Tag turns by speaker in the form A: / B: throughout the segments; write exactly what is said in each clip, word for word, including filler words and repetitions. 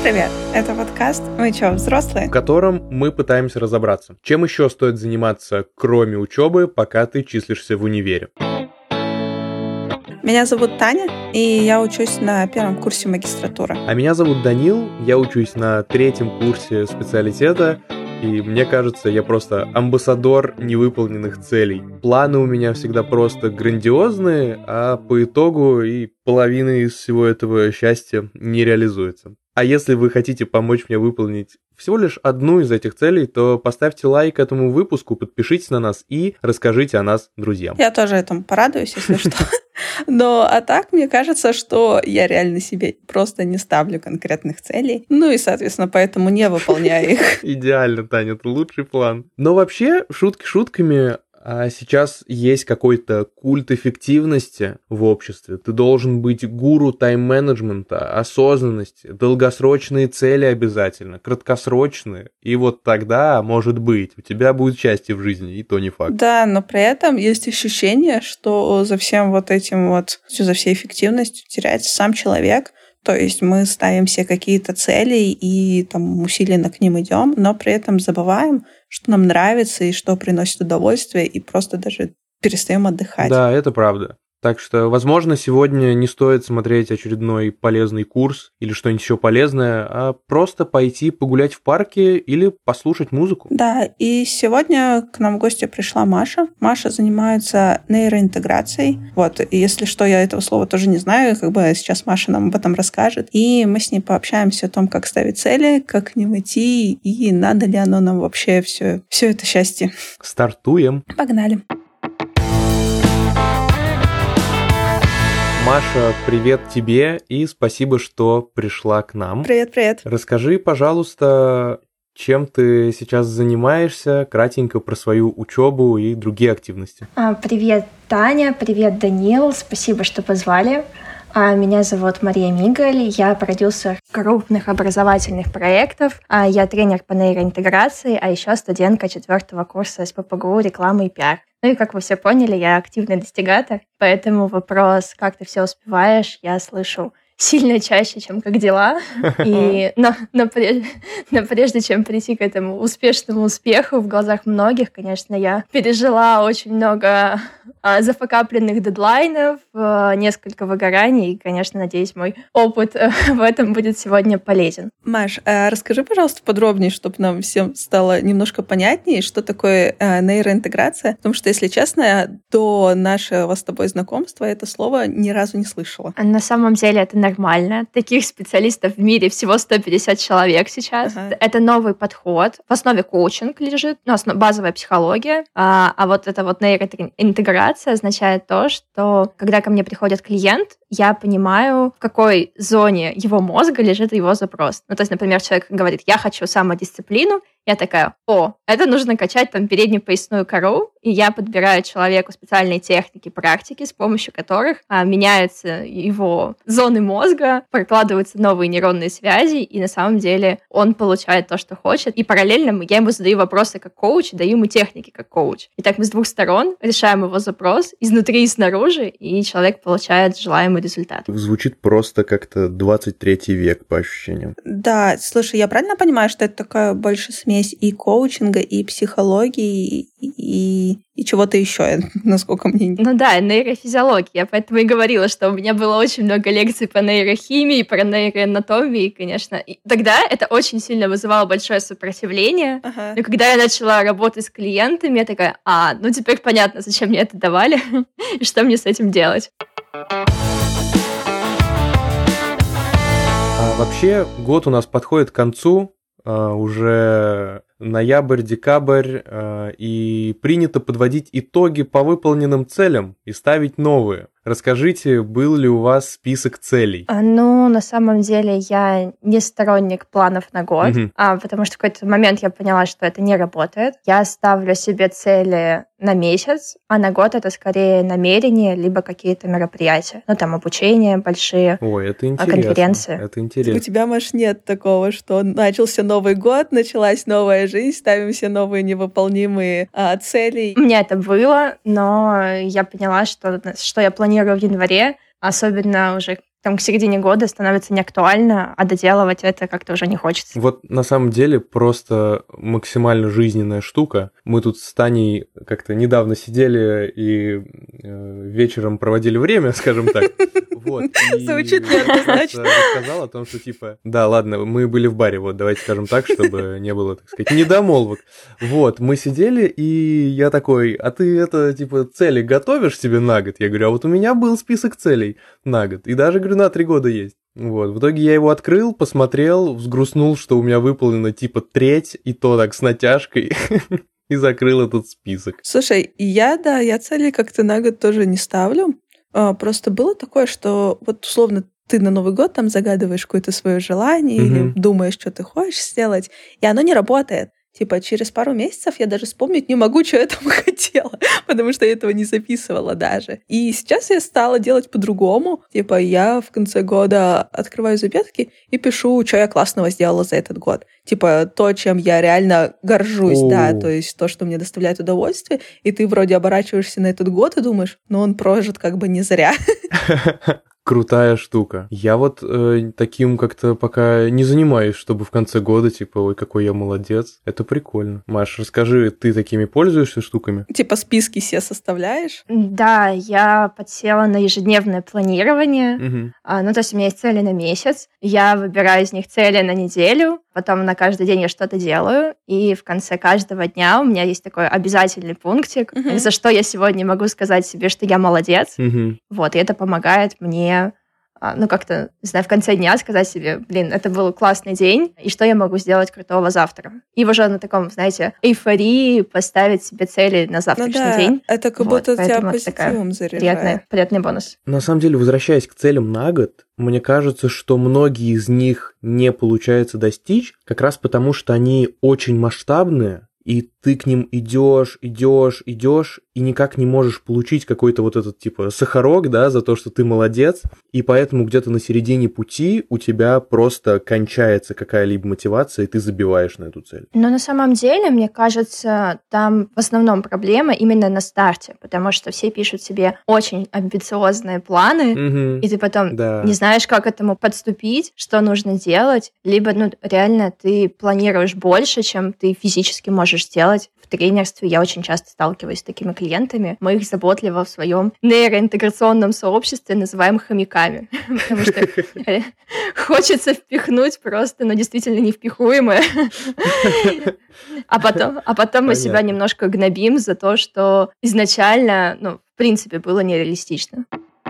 A: привет! Это подкаст «Мы чё, взрослые?»,
B: в котором мы пытаемся разобраться, чем еще стоит заниматься, кроме учебы, пока ты числишься в универе.
A: Меня зовут Таня, и я учусь на первом курсе магистратуры.
B: А меня зовут Данил, я учусь на третьем курсе специалитета, и мне кажется, я просто амбассадор невыполненных целей. Планы у меня всегда просто грандиозные, а по итогу и половина из всего этого счастья не реализуется. А если вы хотите помочь мне выполнить всего лишь одну из этих целей, то поставьте лайк этому выпуску, подпишитесь на нас и расскажите о нас друзьям.
A: Я тоже этому порадуюсь, если что. Но а так, мне кажется, что я реально себе просто не ставлю конкретных целей. Ну и, соответственно, поэтому не выполняю их.
B: Идеально, Таня, это лучший план. Но вообще, шутки шутками, а сейчас есть какой-то культ эффективности в обществе. Ты должен быть гуру тайм-менеджмента, осознанности, долгосрочные цели обязательно, краткосрочные. И вот тогда, может быть, у тебя будет счастье в жизни, и то не факт.
A: Да, но при этом есть ощущение, что за всем вот этим вот, за всей эффективностью теряется сам человек. То есть мы ставим себе какие-то цели и там усиленно к ним идем, но при этом забываем, что нам нравится и что приносит удовольствие, и просто даже перестаем отдыхать.
B: Да, это правда. Так что, возможно, сегодня не стоит смотреть очередной полезный курс или что-нибудь еще полезное, а просто пойти погулять в парке или послушать музыку.
A: Да, и сегодня к нам в гости пришла Маша. Маша занимается нейроинтеграцией. Вот, и если что, я этого слова тоже не знаю, как бы сейчас Маша нам об этом расскажет. И мы с ней пообщаемся о том, как ставить цели, как к ним идти, и надо ли оно нам вообще все, все это счастье.
B: Стартуем.
A: Погнали.
B: Маша, привет тебе и спасибо, что пришла к нам.
A: Привет-привет.
B: Расскажи, пожалуйста, чем ты сейчас занимаешься, кратенько про свою учебу и другие активности.
C: Привет, Таня, привет, Данил, спасибо, что позвали. Меня зовут Мария Мигаль, я продюсер крупных образовательных проектов, я тренер по нейроинтеграции, а еще студентка четвертого курса СППГУ «Реклама и пиар». Ну и, как вы все поняли, я активный достигатор, поэтому вопрос, как ты все успеваешь, я слышу сильно чаще, чем как дела. И, но, но, прежде, но прежде чем прийти к этому успешному успеху в глазах многих, конечно, я пережила очень много а, зафакапленных дедлайнов, а, несколько выгораний, и, конечно, надеюсь, мой опыт а, в этом будет сегодня полезен.
A: Маш, а расскажи, пожалуйста, подробнее, чтобы нам всем стало немножко понятнее, что такое а, нейроинтеграция, потому что, если честно, до нашего с тобой знакомства это слово ни разу не слышала.
C: На самом деле это нормально. Таких специалистов в мире всего сто пятьдесят человек сейчас. Ага. Это новый подход. В основе коучинг лежит, ну, основ, базовая психология. А, а вот эта вот нейроинтеграция означает то, что когда ко мне приходит клиент, я понимаю, в какой зоне его мозга лежит его запрос. Ну, то есть, например, человек говорит, я хочу самодисциплину, я такая, о, это нужно качать там переднюю поясную кору, и я подбираю человеку специальные техники, практики, с помощью которых а, меняются его зоны мозга, прокладываются новые нейронные связи, и на самом деле он получает то, что хочет. И параллельно я ему задаю вопросы как коуч, даю ему техники как коуч. И так мы с двух сторон решаем его запрос, изнутри и снаружи, и человек получает желаемый результат.
B: Звучит просто как-то двадцать третий век по ощущениям.
A: Да, слушай, я правильно понимаю, что это такая больше смесь и коучинга, и психологии, и, и чего-то еще, насколько мне...
C: Ну да, нейрофизиология. Поэтому и говорила, что у меня было очень много лекций по нейрохимии, про нейроанатомии, конечно. И тогда это очень сильно вызывало большое сопротивление. Ага. Но когда я начала работать с клиентами, я такая, а, ну теперь понятно, зачем мне это давали и что мне с этим делать.
B: А вообще, год у нас подходит к концу. Uh, уже ноябрь, декабрь, uh, и принято подводить итоги по выполненным целям и ставить новые. Расскажите, был ли у вас список целей?
C: А, ну, на самом деле, я не сторонник планов на год, mm-hmm. а, потому что в какой-то момент я поняла, что это не работает. Я ставлю себе цели на месяц, а на год это скорее намерения, либо какие-то мероприятия. Ну, там, обучение большие,
B: Ой, это интересно.
C: Конференции.
B: Это интересно.
A: У тебя, Маш, нет такого, что начался Новый год, началась новая жизнь, ставим все новые невыполнимые а, цели.
C: У меня это было, но я поняла, что, что я планирую в январе, особенно уже там к середине года становится неактуально, а доделывать это как-то уже не хочется.
B: Вот на самом деле просто максимально жизненная штука. Мы тут с Таней как-то недавно сидели и э, вечером проводили время, скажем так. Вот.
A: Звучит неоднозначно.
B: Рассказал о том, что типа, да, ладно, мы были в баре, вот, давайте скажем так, чтобы не было, так сказать, недомолвок. Вот, мы сидели, и я такой, а ты это, типа, цели готовишь себе на год? Я говорю, а вот у меня был список целей на год, и даже, говорю, на три года есть. Вот, в итоге я его открыл, посмотрел, взгрустнул, что у меня выполнено, типа, треть, и то так с натяжкой, и закрыл этот список.
A: Слушай, я, да, я цели как-то на год тоже не ставлю. Просто было такое, что вот условно ты на Новый год там загадываешь какое-то свое желание mm-hmm. или думаешь, что ты хочешь сделать, и оно не работает. Типа через пару месяцев я даже вспомнить не могу, что я там хотела, потому что я этого не записывала даже. И сейчас я стала делать по-другому. Типа я в конце года открываю заметки и пишу, что я классного сделала за этот год. Типа то, чем я реально горжусь, oh. да, то есть то, что мне доставляет удовольствие, и ты вроде оборачиваешься на этот год и думаешь, ну он прожит как бы не зря.
B: Крутая штука. Я вот э, таким как-то пока не занимаюсь, чтобы в конце года, типа, ой, какой я молодец. Это прикольно. Маш, расскажи, ты такими пользуешься штуками?
A: Типа списки себе составляешь?
C: Да, я подсела на ежедневное планирование.
B: Угу.
C: А, ну, то есть у меня есть цели на месяц. Я выбираю из них цели на неделю. Потом на каждый день я что-то делаю. И в конце каждого дня у меня есть такой обязательный пунктик, угу. за что я сегодня могу сказать себе, что я молодец.
B: Угу.
C: Вот, и это помогает мне ну, как-то, не знаю, в конце дня сказать себе, блин, это был классный день, и что я могу сделать крутого завтра? И уже на таком, знаете, эйфории поставить себе цели на завтрашний
A: ну да,
C: день.
A: Это как
C: вот,
A: будто тебя позитивом заряжает.
C: Приятный, приятный бонус.
B: На самом деле, возвращаясь к целям на год, мне кажется, что многие из них не получается достичь, как раз потому, что они очень масштабные, и ты к ним идешь, идешь, идешь, и никак не можешь получить какой-то вот этот, типа, сахарок, да, за то, что ты молодец, и поэтому где-то на середине пути у тебя просто кончается какая-либо мотивация, и ты забиваешь на эту цель.
C: Но на самом деле, мне кажется, там в основном проблема именно на старте, потому что все пишут себе очень амбициозные планы,
B: угу.
C: и ты потом
B: да.
C: не знаешь, как к этому подступить, что нужно делать, либо, ну, реально ты планируешь больше, чем ты физически можешь сделать. В тренерстве я очень часто сталкиваюсь с такими клиентами. Мы их заботливо в своем нейроинтеграционном сообществе называем хомяками, потому что хочется впихнуть просто, ну, действительно невпихуемое. А потом, а потом мы себя немножко гнобим за то, что изначально, ну, в принципе, было нереалистично.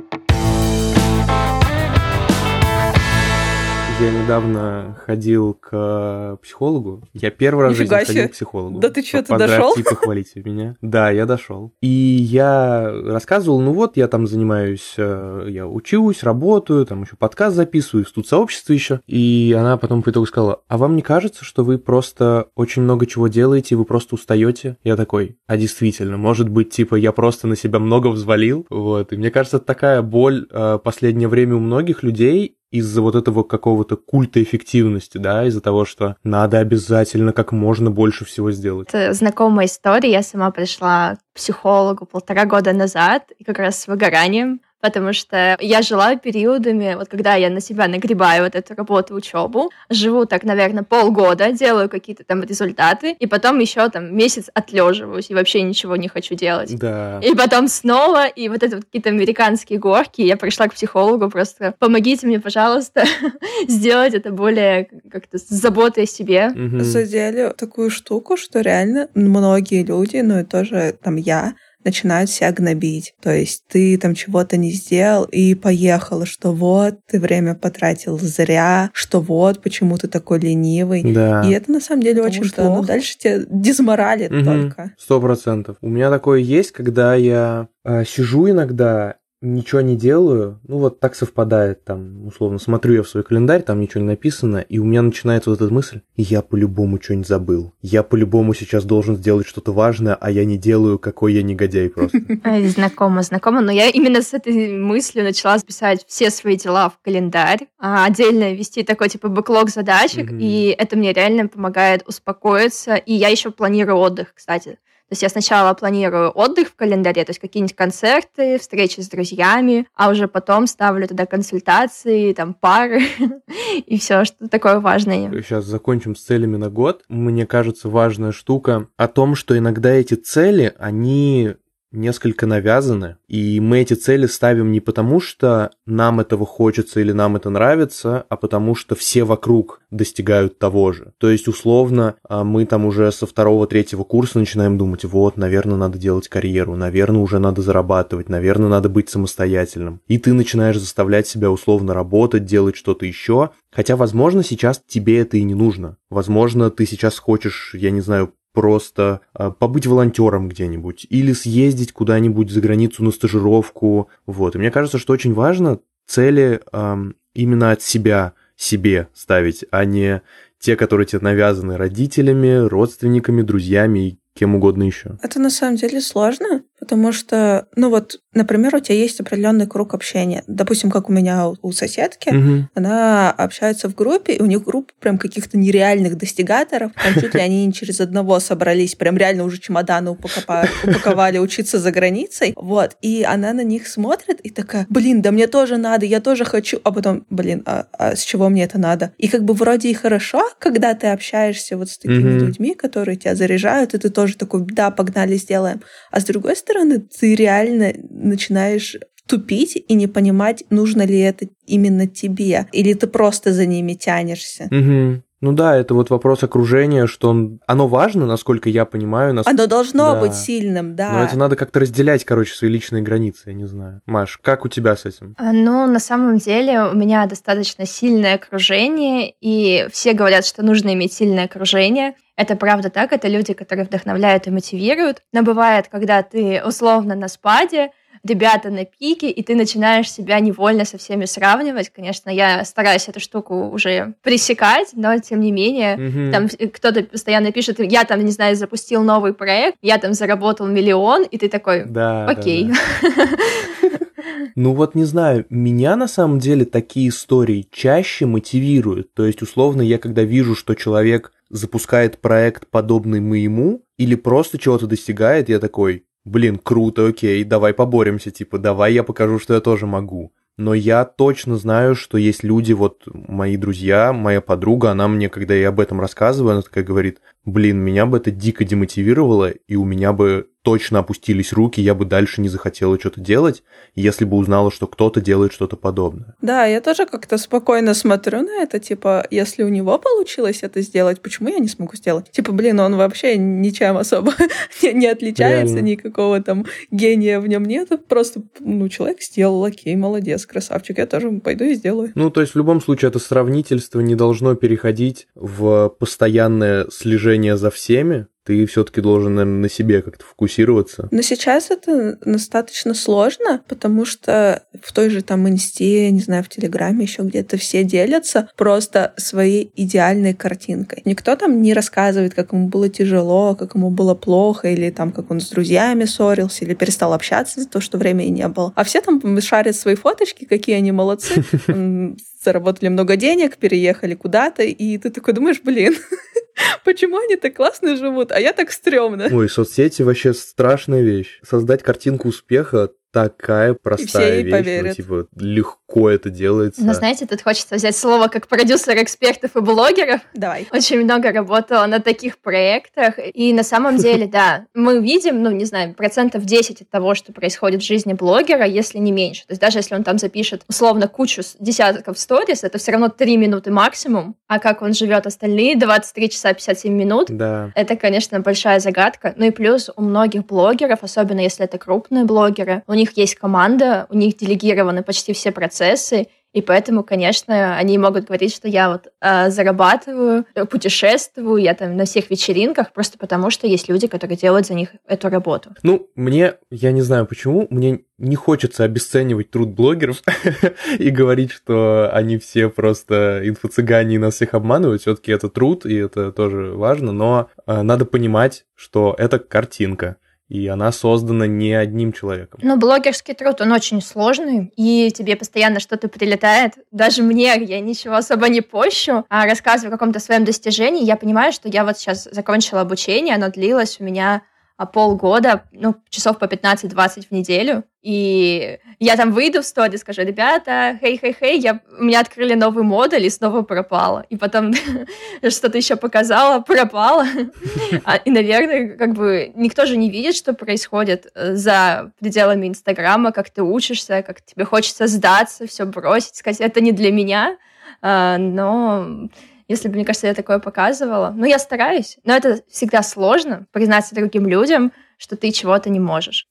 B: Я недавно ходил к психологу. Я первый раз в жизни ходил к психологу.
A: Да ты что, ты дошел?
B: И похвалите меня. Да, я дошел. И я рассказывал, ну вот, я там занимаюсь, я учусь, работаю, там еще подкаст записываю, в студсообществе еще. И она потом по итогу сказала, а вам не кажется, что вы просто очень много чего делаете, вы просто устаете? Я такой, а действительно, может быть, типа, я просто на себя много взвалил? Вот. И мне кажется, это такая боль в последнее время у многих людей, из-за вот этого какого-то культа эффективности, да, из-за того, что надо обязательно как можно больше всего сделать.
C: Это знакомая история. Я сама пришла к психологу полтора года назад, и как раз с выгоранием, потому что я жила периодами, вот когда я на себя нагребаю вот эту работу, учебу, живу так, наверное, полгода, делаю какие-то там результаты, и потом еще там месяц отлеживаюсь и вообще ничего не хочу делать.
B: Да.
C: И потом снова, и вот это вот какие-то американские горки, я пришла к психологу, просто помогите мне, пожалуйста, сделать это более как-то с заботой о себе.
B: Угу.
A: Задели такую штуку, что реально многие люди, ну и тоже там я, начинают себя гнобить. То есть ты там чего-то не сделал и поехала, что вот, ты время потратил зря, что вот, почему ты такой ленивый.
B: Да.
A: И это на самом деле Потому очень что, плохо. Ну, дальше тебя дизморалит угу. только.
B: Сто процентов. У меня такое есть, когда я э, сижу иногда, ничего не делаю, ну вот так совпадает, там, условно, смотрю я в свой календарь, там ничего не написано, и у меня начинается вот эта мысль, я по-любому что-нибудь забыл, я по-любому сейчас должен сделать что-то важное, а я не делаю, какой я негодяй просто.
C: Знакомо, знакомо, но я именно с этой мыслью начала записать все свои дела в календарь, отдельно вести такой типа бэклог задачек, и это мне реально помогает успокоиться, и я еще планирую отдых, кстати. То есть я сначала планирую отдых в календаре, то есть какие-нибудь концерты, встречи с друзьями, а уже потом ставлю туда консультации, там, пары и все, что такое важное.
B: Сейчас закончим с целями на год. Мне кажется, важная штука о том, что иногда эти цели, они несколько навязаны, и мы эти цели ставим не потому, что нам этого хочется или нам это нравится, а потому что все вокруг достигают того же. То есть, условно, мы там уже со второго-третьего курса начинаем думать, вот, наверное, надо делать карьеру, наверное, уже надо зарабатывать, наверное, надо быть самостоятельным. И ты начинаешь заставлять себя условно работать, делать что-то еще, хотя, возможно, сейчас тебе это и не нужно. Возможно, ты сейчас хочешь, я не знаю, просто э, побыть волонтером где-нибудь или съездить куда-нибудь за границу на стажировку. Вот. И мне кажется, что очень важно цели э, именно от себя себе ставить, а не те, которые тебе навязаны родителями, родственниками, друзьями и кем угодно еще.
A: Это на самом деле сложно, потому что, ну вот, например, у тебя есть определенный круг общения. Допустим, как у меня у соседки, угу. Она общается в группе, и у них группа прям каких-то нереальных достигаторов, там чуть ли они не через одного собрались, прям реально уже чемоданы упаковали, упаковали учиться за границей, вот, и она на них смотрит и такая, блин, да мне тоже надо, я тоже хочу, а потом, блин, а, а с чего мне это надо? И как бы вроде и хорошо, когда ты общаешься вот с такими угу. людьми, которые тебя заряжают, и ты тоже такой, да, погнали, сделаем. А с другой стороны, ты реально начинаешь тупить и не понимать, нужно ли это именно тебе, или ты просто за ними тянешься.
B: Угу. Ну да, это вот вопрос окружения, что он... оно важно, насколько я понимаю. Нас...
A: Оно должно да. быть сильным, да.
B: Но это надо как-то разделять, короче, свои личные границы, я не знаю. Маш, как у тебя с этим?
C: Ну, на самом деле у меня достаточно сильное окружение, и все говорят, что нужно иметь сильное окружение. Это правда так, это люди, которые вдохновляют и мотивируют. Но бывает, когда ты условно на спаде, ребята на пике, и ты начинаешь себя невольно со всеми сравнивать. Конечно, я стараюсь эту штуку уже пресекать, но тем не менее, mm-hmm. там кто-то постоянно пишет, я там, не знаю, запустил новый проект, я там заработал миллион, и ты такой, да, окей.
B: Да, да. Ну вот не знаю, меня на самом деле такие истории чаще мотивируют. То есть, условно, я когда вижу, что человек запускает проект, подобный моему, или просто чего-то достигает, я такой... Блин, круто, окей, давай поборемся, типа, давай я покажу, что я тоже могу. Но я точно знаю, что есть люди, вот мои друзья, моя подруга, она мне, когда я об этом рассказываю, она такая говорит, блин, меня бы это дико демотивировало, и у меня бы точно опустились руки, я бы дальше не захотела что-то делать, если бы узнала, что кто-то делает что-то подобное.
A: Да, я тоже как-то спокойно смотрю на это, типа, если у него получилось это сделать, почему я не смогу сделать? Типа, блин, он вообще ничем особо не, не отличается, реально. Никакого там гения в нем нет, просто, ну, человек сделал, окей, молодец, красавчик, я тоже пойду и сделаю.
B: Ну, то есть в любом случае это сравнительство не должно переходить в постоянное слежение за всеми, ты все-таки должен, наверное, на себе как-то фокусироваться.
A: Но сейчас это достаточно сложно, потому что в той же там инсте, не знаю, в Телеграме еще где-то все делятся просто своей идеальной картинкой. Никто там не рассказывает, как ему было тяжело, как ему было плохо, или там, как он с друзьями ссорился, или перестал общаться за то, что времени не было. А все там шарят свои фоточки, какие они молодцы, заработали много денег, переехали куда-то, и ты такой думаешь, блин, почему они так классно живут, а я так стрёмно.
B: Ой, соцсети вообще страшная вещь. Создать картинку успеха такая простая вещь.
A: Поверят.
B: Ну, типа, легко это делается.
C: Ну, знаете, тут хочется взять слово как продюсер экспертов и блогеров.
A: Давай.
C: Очень много работала на таких проектах. И на самом деле, да, мы видим, ну, не знаю, процентов десять от того, что происходит в жизни блогера, если не меньше. То есть даже если он там запишет, условно, кучу десятков сторис, это все равно три минуты максимум. А как он живет остальные двадцать три часа пятьдесят семь минут,
B: да.
C: Это, конечно, большая загадка. Ну и плюс у многих блогеров, особенно если это крупные блогеры, у них У них есть команда, у них делегированы почти все процессы, и поэтому, конечно, они могут говорить, что я вот э, зарабатываю, путешествую, я там на всех вечеринках, просто потому что есть люди, которые делают за них эту работу.
B: Ну, мне, я не знаю почему, мне не хочется обесценивать труд блогеров и говорить, что они все просто инфо-цыгане и нас всех обманывают. Все-таки это труд, и это тоже важно, но э, надо понимать, что это картинка. И она создана не одним человеком.
C: Но блогерский труд, он очень сложный, и тебе постоянно что-то прилетает. Даже мне, я ничего особо не пощу, а рассказываю о каком-то своем достижении. Я понимаю, что я вот сейчас закончила обучение, оно длилось у меня полгода, ну, часов по пятнадцать-двадцать в неделю. И я там выйду в сторис, скажу: ребята, хей-хей-хей, я, у меня открыли новый модуль, и снова пропала. И потом что-то еще показала, пропала. И, наверное, как бы никто же не видит, что происходит за пределами Инстаграма, как ты учишься, как тебе хочется сдаться, все бросить, сказать: это не для меня. Но... Если бы, мне кажется, я такое показывала. Ну, я стараюсь, но это всегда сложно, признаться другим людям, что ты чего-то не можешь.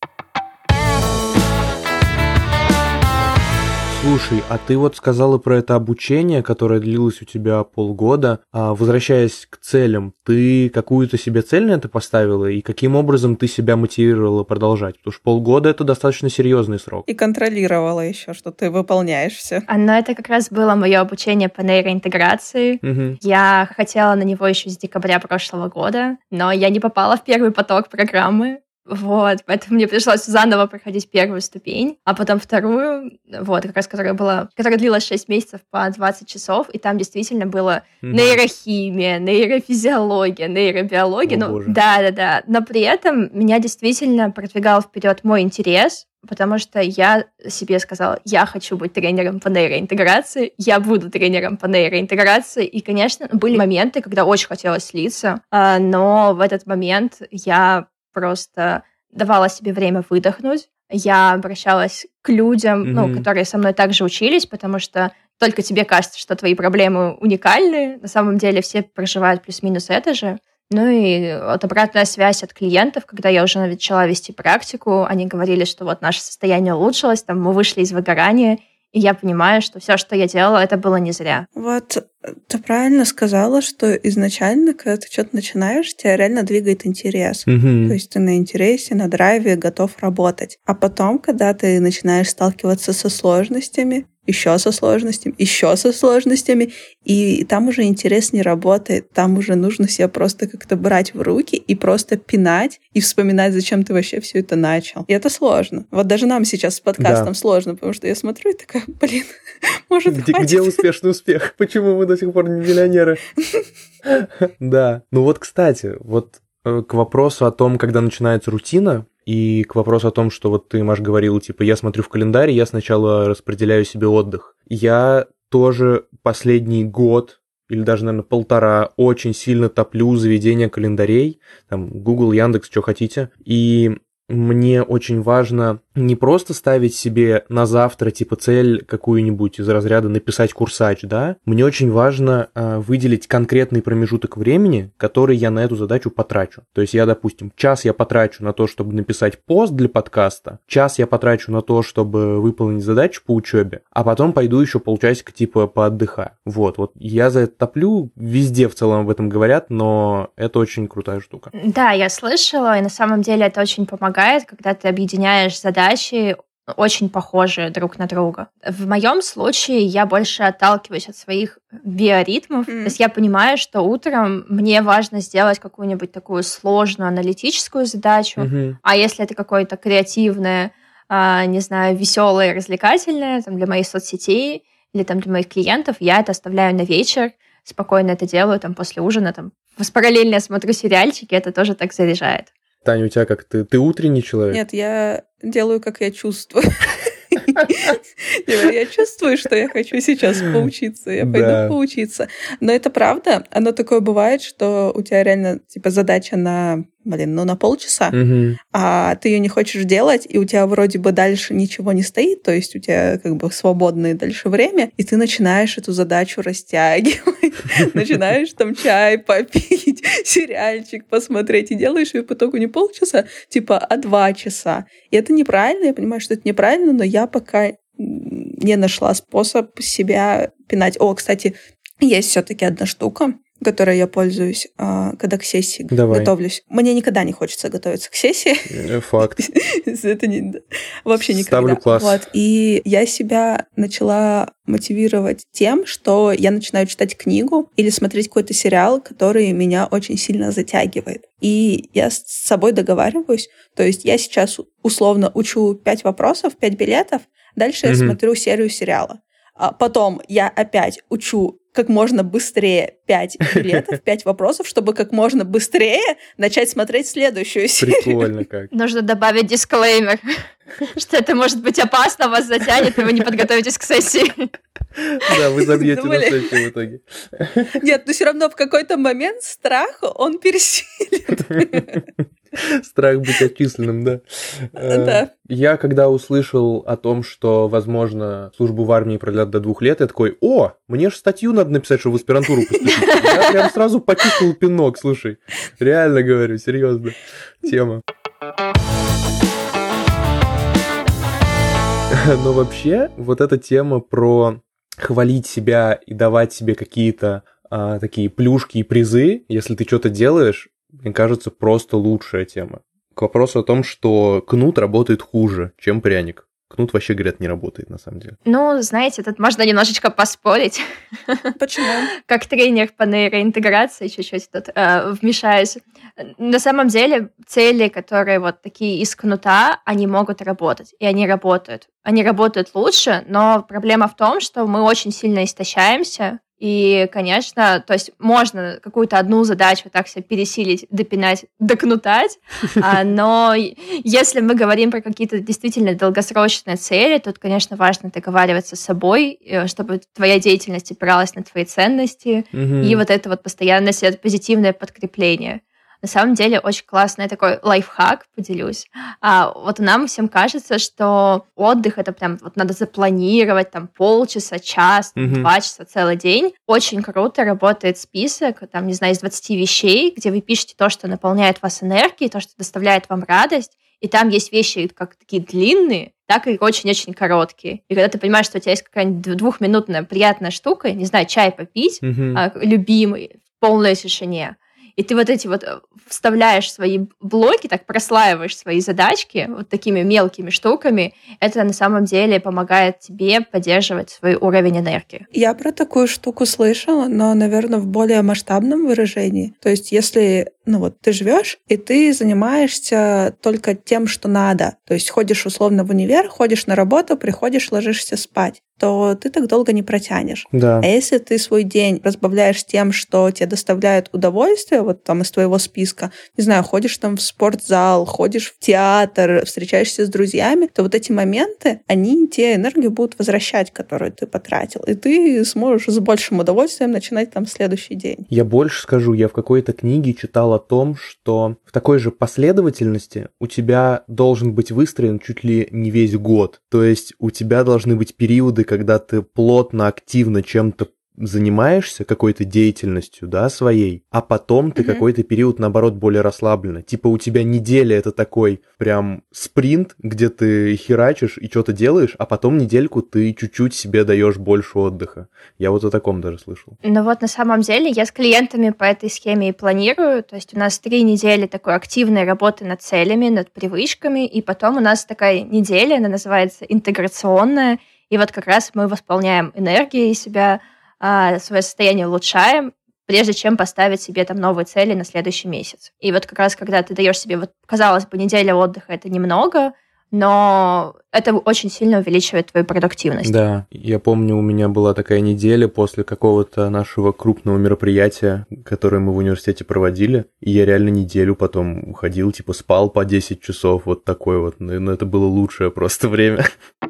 B: Слушай, а ты вот сказала про это обучение, которое длилось у тебя полгода. А, возвращаясь к целям, ты какую-то себе цель на это поставила? И каким образом ты себя мотивировала продолжать? Потому что полгода — это достаточно серьезный срок.
A: И контролировала еще, что ты выполняешь все.
C: А, но это как раз было мое обучение по нейроинтеграции.
B: Угу.
C: Я хотела на него еще с декабря прошлого года, но я не попала в первый поток программы. Вот, поэтому мне пришлось заново проходить первую ступень, а потом вторую, вот, как раз которая была, которая длилась шесть месяцев по двадцать часов, и там действительно было mm-hmm. нейрохимия, нейрофизиология, нейробиология,
B: oh,
C: ну, да-да-да, но при этом меня действительно продвигал вперед мой интерес, потому что я себе сказала: я хочу быть тренером по нейроинтеграции, я буду тренером по нейроинтеграции, и, конечно, были моменты, когда очень хотелось слиться, но в этот момент я просто давала себе время выдохнуть. Я обращалась к людям, mm-hmm. ну, которые со мной также учились, потому что только тебе кажется, что твои проблемы уникальны. На самом деле все проживают плюс-минус это же. Ну и вот обратная связь от клиентов, когда я уже начала вести практику, они говорили, что вот наше состояние улучшилось, там мы вышли из выгорания, и я понимаю, что все, что я делала, это было не зря.
A: Вот ты правильно сказала, что изначально, когда ты что-то начинаешь, тебя реально двигает интерес.
B: Mm-hmm.
A: То есть ты на интересе, на драйве готов работать. А потом, когда ты начинаешь сталкиваться со сложностями, еще со сложностями, еще со сложностями, и там уже интерес не работает, там уже нужно себя просто как-то брать в руки и просто пинать и вспоминать, зачем ты вообще все это начал. И это сложно. Вот даже нам сейчас с подкастом да. сложно, потому что я смотрю и такая: блин, может,
B: где,
A: хватит?
B: Где успешный успех? Почему мы до сих пор не миллионеры? Да. Ну вот, кстати, вот к вопросу о том, когда начинается рутина, и к вопросу о том, что вот ты, Маш, говорила, типа, я смотрю в календарь, я сначала распределяю себе отдых. Я тоже последний год, или даже, наверное, полтора, очень сильно топлю за ведение календарей, там, Google, Яндекс, что хотите, и мне очень важно не просто ставить себе на завтра, типа, цель какую-нибудь из разряда написать курсач, да? Мне очень важно э, выделить конкретный промежуток времени, который я на эту задачу потрачу. То есть я, допустим, час я потрачу на то, чтобы написать пост для подкаста, час я потрачу на то, чтобы выполнить задачу по учебе, а потом пойду еще полчасика, типа, поотдыхаю. Вот, вот я за это топлю, везде в целом об этом говорят, но это очень крутая штука.
C: Да, я слышала, и на самом деле это очень помогает, когда ты объединяешь задачи, очень похожие друг на друга. В моем случае я больше отталкиваюсь от своих биоритмов. Mm. То есть я понимаю, что утром мне важно сделать какую-нибудь такую сложную аналитическую задачу, mm-hmm. а если это какое-то креативное, не знаю, веселое, развлекательное, там, для моих соцсетей или там, для моих клиентов, я это оставляю на вечер, спокойно это делаю там, после ужина, там, параллельно смотрю сериальчики, это тоже так заряжает.
B: Таня, у тебя как? Ты, ты утренний человек?
A: Нет, я делаю, как я чувствую. Я чувствую, что я хочу сейчас поучиться, я пойду поучиться. Но это правда, оно такое бывает, что у тебя реально типа задача на, блин, ну на полчаса, а ты ее не хочешь делать, и у тебя вроде бы дальше ничего не стоит, то есть у тебя как бы свободное дальше время, и ты начинаешь эту задачу растягивать, начинаешь там чай попить, сериальчик посмотреть, и делаешь ее по итогу не полчаса, типа, а два часа. И это неправильно, я понимаю, что это неправильно, но я пока не нашла способ себя пинать. О, кстати, есть все-таки одна штука, которой я пользуюсь, когда к сессии Давай. готовлюсь. Мне никогда не хочется готовиться к сессии.
B: Факт.
A: Это не, вообще никогда.
B: Ставлю класс.
A: Вот. И я себя начала мотивировать тем, что я начинаю читать книгу или смотреть какой-то сериал, который меня очень сильно затягивает. И я с собой договариваюсь. То есть я сейчас условно учу пять вопросов, пять билетов, дальше mm-hmm. я смотрю серию сериала. А потом я опять учу как можно быстрее пять билетов, пять вопросов, чтобы как можно быстрее начать смотреть следующую серию.
B: Прикольно как.
C: Нужно добавить дисклеймер, что это может быть опасно, вас затянет, и вы не подготовитесь к сессии.
B: Да, вы забьете на сессию в итоге.
A: Нет, но все равно в какой-то момент страх, он пересилит.
B: Страх быть отчисленным, да.
A: Да.
B: Я, когда услышал о том, что, возможно, службу в армии продлят до двух лет, я такой, о, мне же статью надо написать, чтобы в аспирантуру поступить. Я прям сразу почувствовал пинок, слушай. Реально говорю, серьезно. Тема. Но вообще, вот эта тема про хвалить себя и давать себе какие-то а, такие плюшки и призы, если ты что-то делаешь, мне кажется, просто лучшая тема. К вопросу о том, что кнут работает хуже, чем пряник. Кнут вообще, говорят, не работает, на самом деле.
C: Ну, знаете, тут можно немножечко поспорить.
A: Почему?
C: Как тренер по нейроинтеграции чуть-чуть тут э, вмешаюсь. На самом деле, цели, которые вот такие из кнута, они могут работать, и они работают. Они работают лучше, но проблема в том, что мы очень сильно истощаемся. И, конечно, то есть можно какую-то одну задачу так себе пересилить, допинать, докнутать, но если мы говорим про какие-то действительно долгосрочные цели, тут, конечно, важно договариваться с собой, чтобы твоя деятельность опиралась на твои ценности, и вот это вот постоянное позитивное подкрепление. На самом деле очень классный такой лайфхак, поделюсь. А, вот нам всем кажется, что отдых это прям вот надо запланировать там полчаса, час, mm-hmm. два часа, целый день. Очень круто работает список, там, не знаю, из двадцати вещей, где вы пишете то, что наполняет вас энергией, то, что доставляет вам радость. И там есть вещи как такие длинные, так и очень-очень короткие. И когда ты понимаешь, что у тебя есть какая-нибудь двухминутная приятная штука, не знаю, чай попить, mm-hmm. а, любимый, в полной тишине, и ты вот эти вот вставляешь свои блоки, так прослаиваешь свои задачки вот такими мелкими штуками, это на самом деле помогает тебе поддерживать свой уровень энергии.
A: Я про такую штуку слышала, но, наверное, в более масштабном выражении. То есть если, ну вот, ты живешь, и ты занимаешься только тем, что надо. То есть ходишь условно в универ, ходишь на работу, приходишь, ложишься спать, то ты так долго не протянешь.
B: Да.
A: А если ты свой день разбавляешь тем, что тебе доставляет удовольствие, вот там из твоего списка, не знаю, ходишь там в спортзал, ходишь в театр, встречаешься с друзьями, то вот эти моменты, они тебе энергию будут возвращать, которую ты потратил, и ты сможешь с большим удовольствием начинать там следующий день.
B: Я больше скажу, я в какой-то книге читал о том, что в такой же последовательности у тебя должен быть выстроен чуть ли не весь год. То есть у тебя должны быть периоды, когда ты плотно, активно чем-то занимаешься, какой-то деятельностью, да, своей, а потом ты mm-hmm. какой-то период, наоборот, более расслабленно. Типа у тебя неделя — это такой прям спринт, где ты херачишь и что-то делаешь, а потом недельку ты чуть-чуть себе даешь больше отдыха. Я вот о таком даже слышал.
C: Ну вот на самом деле я с клиентами по этой схеме и планирую. То есть у нас три недели такой активной работы над целями, над привычками, и потом у нас такая неделя, она называется интеграционная, и вот как раз мы восполняем энергией себя, свое состояние улучшаем, прежде чем поставить себе там новые цели на следующий месяц. И вот как раз, когда ты даешь себе, вот, казалось бы, неделя отдыха — это немного, но это очень сильно увеличивает твою продуктивность.
B: Да, я помню, у меня была такая неделя после какого-то нашего крупного мероприятия, которое мы в университете проводили, и я реально неделю потом уходил, типа спал по десять часов, вот такое вот, но это было лучшее просто время.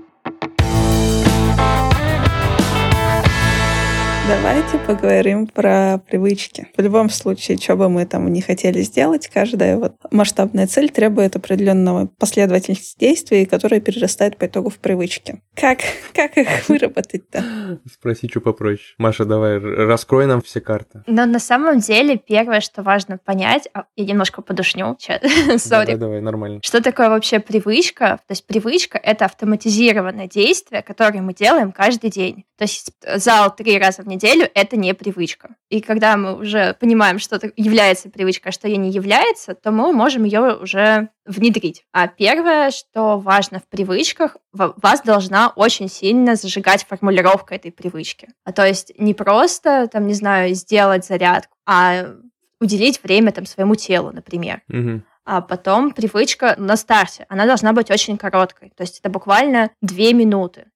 A: Давайте поговорим про привычки. В любом случае, что бы мы там ни хотели сделать, каждая вот масштабная цель требует определенного последовательности действий, которая перерастает по итогу в привычки. Как, как их выработать-то?
B: Спроси, что попроще. Маша, давай, раскрой нам все карты.
C: Но на самом деле первое, что важно понять, я немножко подушню, сори.
B: Да, давай, нормально.
C: Что такое вообще привычка? То есть привычка — это автоматизированное действие, которое мы делаем каждый день. То есть зал три раза в неделю — это не привычка. И когда мы уже понимаем, что это является привычкой, а что ей не является, то мы можем ее уже внедрить. А первое, что важно в привычках, вас должна очень сильно зажигать формулировка этой привычки. А то есть не просто, там, не знаю, сделать зарядку, а уделить время там своему телу, например.
B: Угу.
C: А потом привычка на старте, она должна быть очень короткой. То есть это буквально две минуты.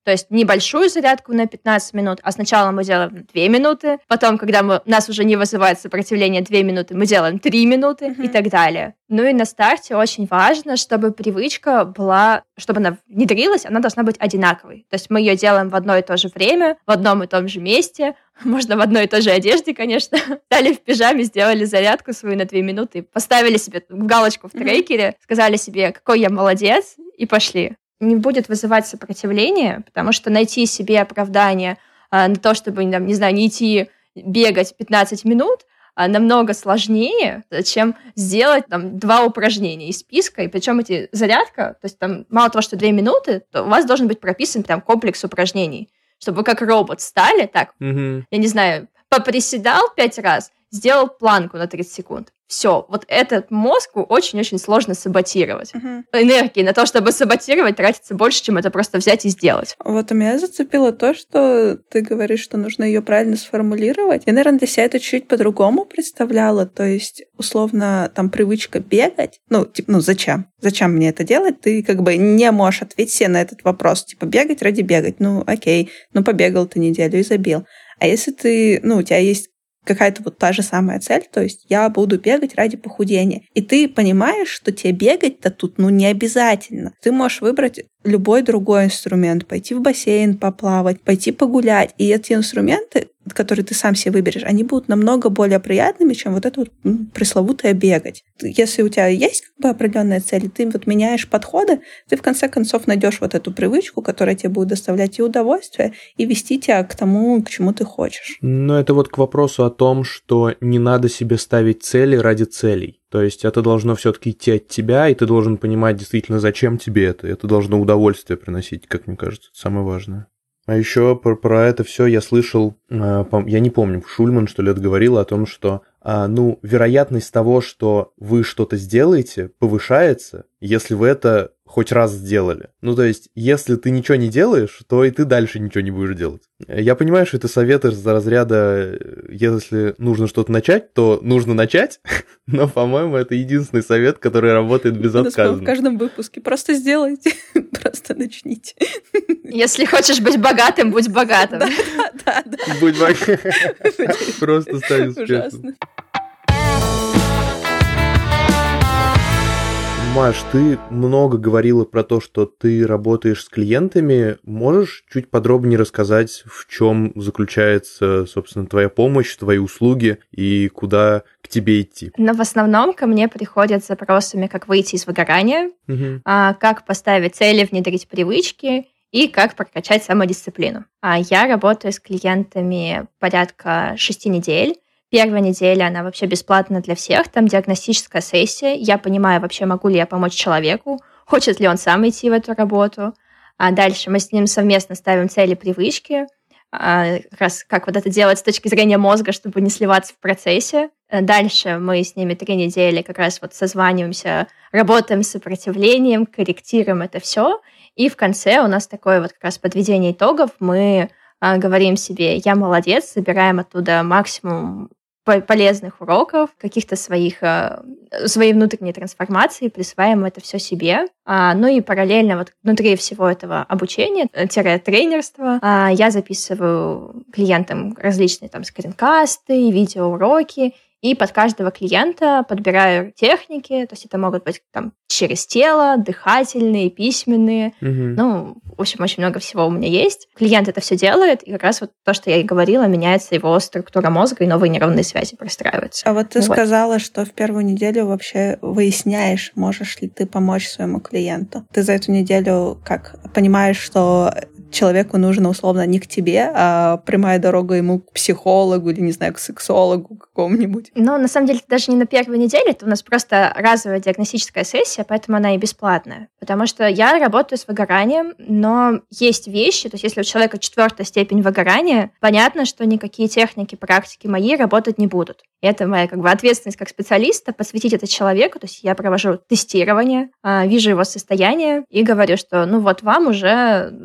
C: То есть небольшую зарядку на пятнадцать минут, а сначала мы делаем две минуты, потом, когда мы, нас уже не вызывает сопротивление две минуты, мы делаем три минуты mm-hmm. и так далее. Ну и на старте очень важно, чтобы привычка была, чтобы она внедрилась, она должна быть одинаковой. То есть мы ее делаем в одно и то же время, в одном и том же месте, можно в одной и той же одежде, конечно. Стали в пижаме, сделали зарядку свою на две минуты, поставили себе галочку в трекере, сказали себе, какой я молодец, и пошли. Не будет вызывать сопротивление, потому что найти себе оправдание а, на то, чтобы, не знаю, не идти бегать пятнадцать минут, а, намного сложнее, чем сделать там два упражнения из списка. И причем эти зарядка, то есть там мало того, что две минуты, то у вас должен быть прописан там комплекс упражнений, чтобы вы как робот стали, так, mm-hmm. я не знаю, поприседал пять раз, сделал планку на тридцать секунд. Все, вот этот мозгу очень-очень сложно саботировать. Uh-huh. Энергии на то, чтобы саботировать, тратится больше, чем это просто взять и сделать.
A: Вот у меня зацепило то, что ты говоришь, что нужно ее правильно сформулировать. Я, наверное, для себя это чуть по-другому представляла. То есть, условно, там привычка бегать. Ну, типа, ну зачем? Зачем мне это делать? Ты как бы не можешь ответить себе на этот вопрос. Типа, бегать ради бегать. Ну, окей. Ну, побегал ты неделю и забил. А если ты, ну, у тебя есть какая-то вот та же самая цель, то есть я буду бегать ради похудения. И ты понимаешь, что тебе бегать-то тут, ну, не обязательно. Ты можешь выбрать любой другой инструмент, пойти в бассейн поплавать, пойти погулять. И эти инструменты, которые ты сам себе выберешь, они будут намного более приятными, чем вот это вот ну, пресловутое бегать. Если у тебя есть как бы определенная цель, ты вот меняешь подходы, ты в конце концов найдешь вот эту привычку, которая тебе будет доставлять и удовольствие, и вести тебя к тому, к чему ты хочешь.
B: Но это вот к вопросу о том, что не надо себе ставить цели ради целей. То есть это должно все-таки идти от тебя, и ты должен понимать действительно, зачем тебе это. Это должно удовольствие приносить, как мне кажется, это самое важное. А еще про, про это все я слышал, э, я не помню, Шульман, что ли, это говорил о том, что э, ну, вероятность того, что вы что-то сделаете, повышается, если вы это хоть раз сделали. Ну, то есть, если ты ничего не делаешь, то и ты дальше ничего не будешь делать. Я понимаю, что это советы из разряда, если нужно что-то начать, то нужно начать, но, по-моему, это единственный совет, который работает безотказно.
A: В каждом выпуске. Просто сделайте, просто начните.
C: Если хочешь быть богатым, будь богатым.
A: Да, да, да.
B: Будь богатым. Просто стань успешным.
A: Ужасно.
B: Маш, ты много говорила про то, что ты работаешь с клиентами. Можешь чуть подробнее рассказать, в чем заключается, собственно, твоя помощь, твои услуги и куда к тебе идти?
C: Но в основном ко мне приходят с запросами, как выйти из выгорания, угу. как поставить цели, внедрить привычки и как прокачать самодисциплину. Я работаю с клиентами порядка шести недель. Первая неделя, она вообще бесплатна для всех, там диагностическая сессия, я понимаю вообще, могу ли я помочь человеку, хочет ли он сам идти в эту работу. А дальше мы с ним совместно ставим цели, привычки, как раз как вот это делать с точки зрения мозга, чтобы не сливаться в процессе. Дальше мы с ними три недели как раз вот созваниваемся, работаем с сопротивлением, корректируем это все, и в конце у нас такое вот как раз подведение итогов, мы говорим себе, я молодец, собираем оттуда максимум полезных уроков, каких-то своих, своей внутренней трансформации, присваиваем это все себе. Ну и параллельно вот внутри всего этого обучения, тренерства, я записываю клиентам различные там скринкасты, видеоуроки, и под каждого клиента подбираю техники, то есть это могут быть там через тело, дыхательные, письменные, угу. ну, в общем, очень много всего у меня есть. Клиент это все делает, и как раз вот то, что я и говорила, меняется его структура мозга, и новые нейронные связи простраиваются.
A: А вот ты
C: вот.
A: сказала, что в первую неделю вообще выясняешь, можешь ли ты помочь своему клиенту. Ты за эту неделю как понимаешь, что человеку нужно условно не к тебе, а прямая дорога ему к психологу или, не знаю, к сексологу какому-нибудь?
C: Ну, на самом деле, даже не на первой неделе, это у нас просто разовая диагностическая сессия, поэтому она и бесплатная. Потому что я работаю с выгоранием, но есть вещи, то есть если у человека четвертая степень выгорания, понятно, что никакие техники, практики мои работать не будут. И это моя как бы ответственность как специалиста посвятить это человеку, то есть я провожу тестирование, вижу его состояние и говорю, что ну вот вам уже стоит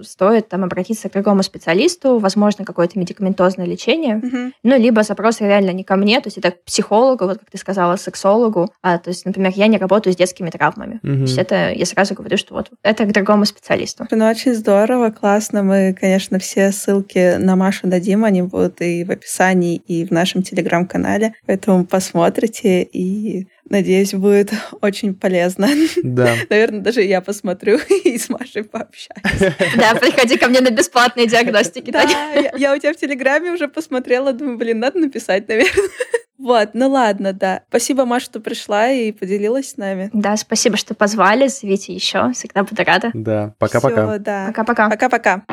C: там обратиться к другому специалисту, возможно, какое-то медикаментозное лечение,
A: Мгм.
C: ну, либо запросы реально не ко мне, то есть это к психологу, вот как ты сказала, сексологу. А, то есть, например, я не работаю с детскими травмами.
B: Мгм.
C: То есть это я сразу говорю, что вот это к другому специалисту.
A: Ну, очень здорово, классно. Мы, конечно, все ссылки на Машу дадим, они будут и в описании, и в нашем телеграм-канале. Поэтому посмотрите, и, надеюсь, будет очень полезно.
B: Да.
A: Наверное, даже я посмотрю и с Машей пообщаюсь.
C: Да, приходи ко мне на бесплатные диагностики.
A: Да,
C: Таня.
A: я, я у тебя в Телеграме уже посмотрела, думаю, блин, надо написать, наверное. Вот, ну ладно, да. Спасибо, Маша, что пришла и поделилась с нами.
C: Да, спасибо, что позвали. Зовите еще. Всегда буду рада.
B: Да. Пока-пока.
A: Всё, да.
C: Пока-пока.
A: Пока-пока.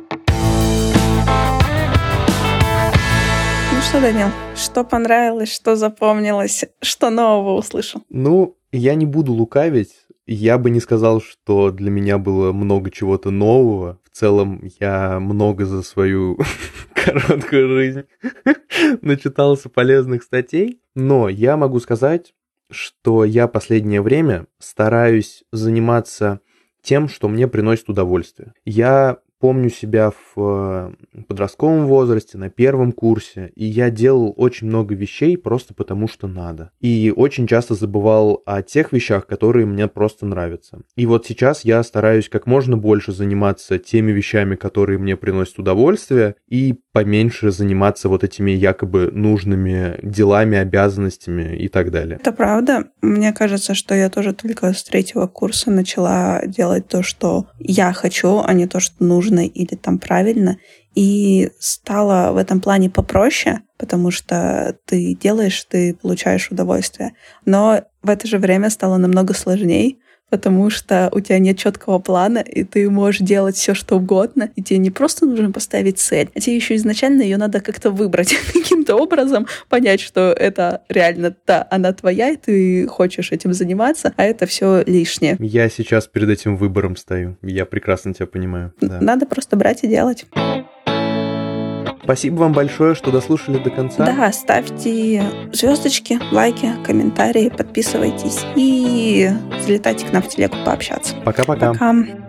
A: Ну что, Данил, что понравилось, что запомнилось, что нового услышал?
B: Ну, я не буду лукавить. Я бы не сказал, что для меня было много чего-то нового. В целом, я много за свою короткую жизнь начитался полезных статей. Но я могу сказать, что я последнее время стараюсь заниматься тем, что мне приносит удовольствие. Я помню себя в подростковом возрасте, на первом курсе, и я делал очень много вещей просто потому, что надо. И очень часто забывал о тех вещах, которые мне просто нравятся. И вот сейчас я стараюсь как можно больше заниматься теми вещами, которые мне приносят удовольствие, и поменьше заниматься вот этими якобы нужными делами, обязанностями и так далее.
A: Это правда. Мне кажется, что я тоже только с третьего курса начала делать то, что я хочу, а не то, что нужно или там правильно. И стало в этом плане попроще, потому что ты делаешь, ты получаешь удовольствие. Но в это же время стало намного сложнее, потому что у тебя нет четкого плана, и ты можешь делать все, что угодно, и тебе не просто нужно поставить цель, а тебе еще изначально ее надо как-то выбрать, каким-то образом понять, что это реально та, она твоя, и ты хочешь этим заниматься, а это все лишнее.
B: Я сейчас перед этим выбором стою. Я прекрасно тебя понимаю. Да.
A: Надо просто брать и делать.
B: Спасибо вам большое, что дослушали до конца.
A: Да, ставьте звездочки, лайки, комментарии, подписывайтесь и залетайте к нам в телегу пообщаться.
B: Пока-пока.
A: Пока.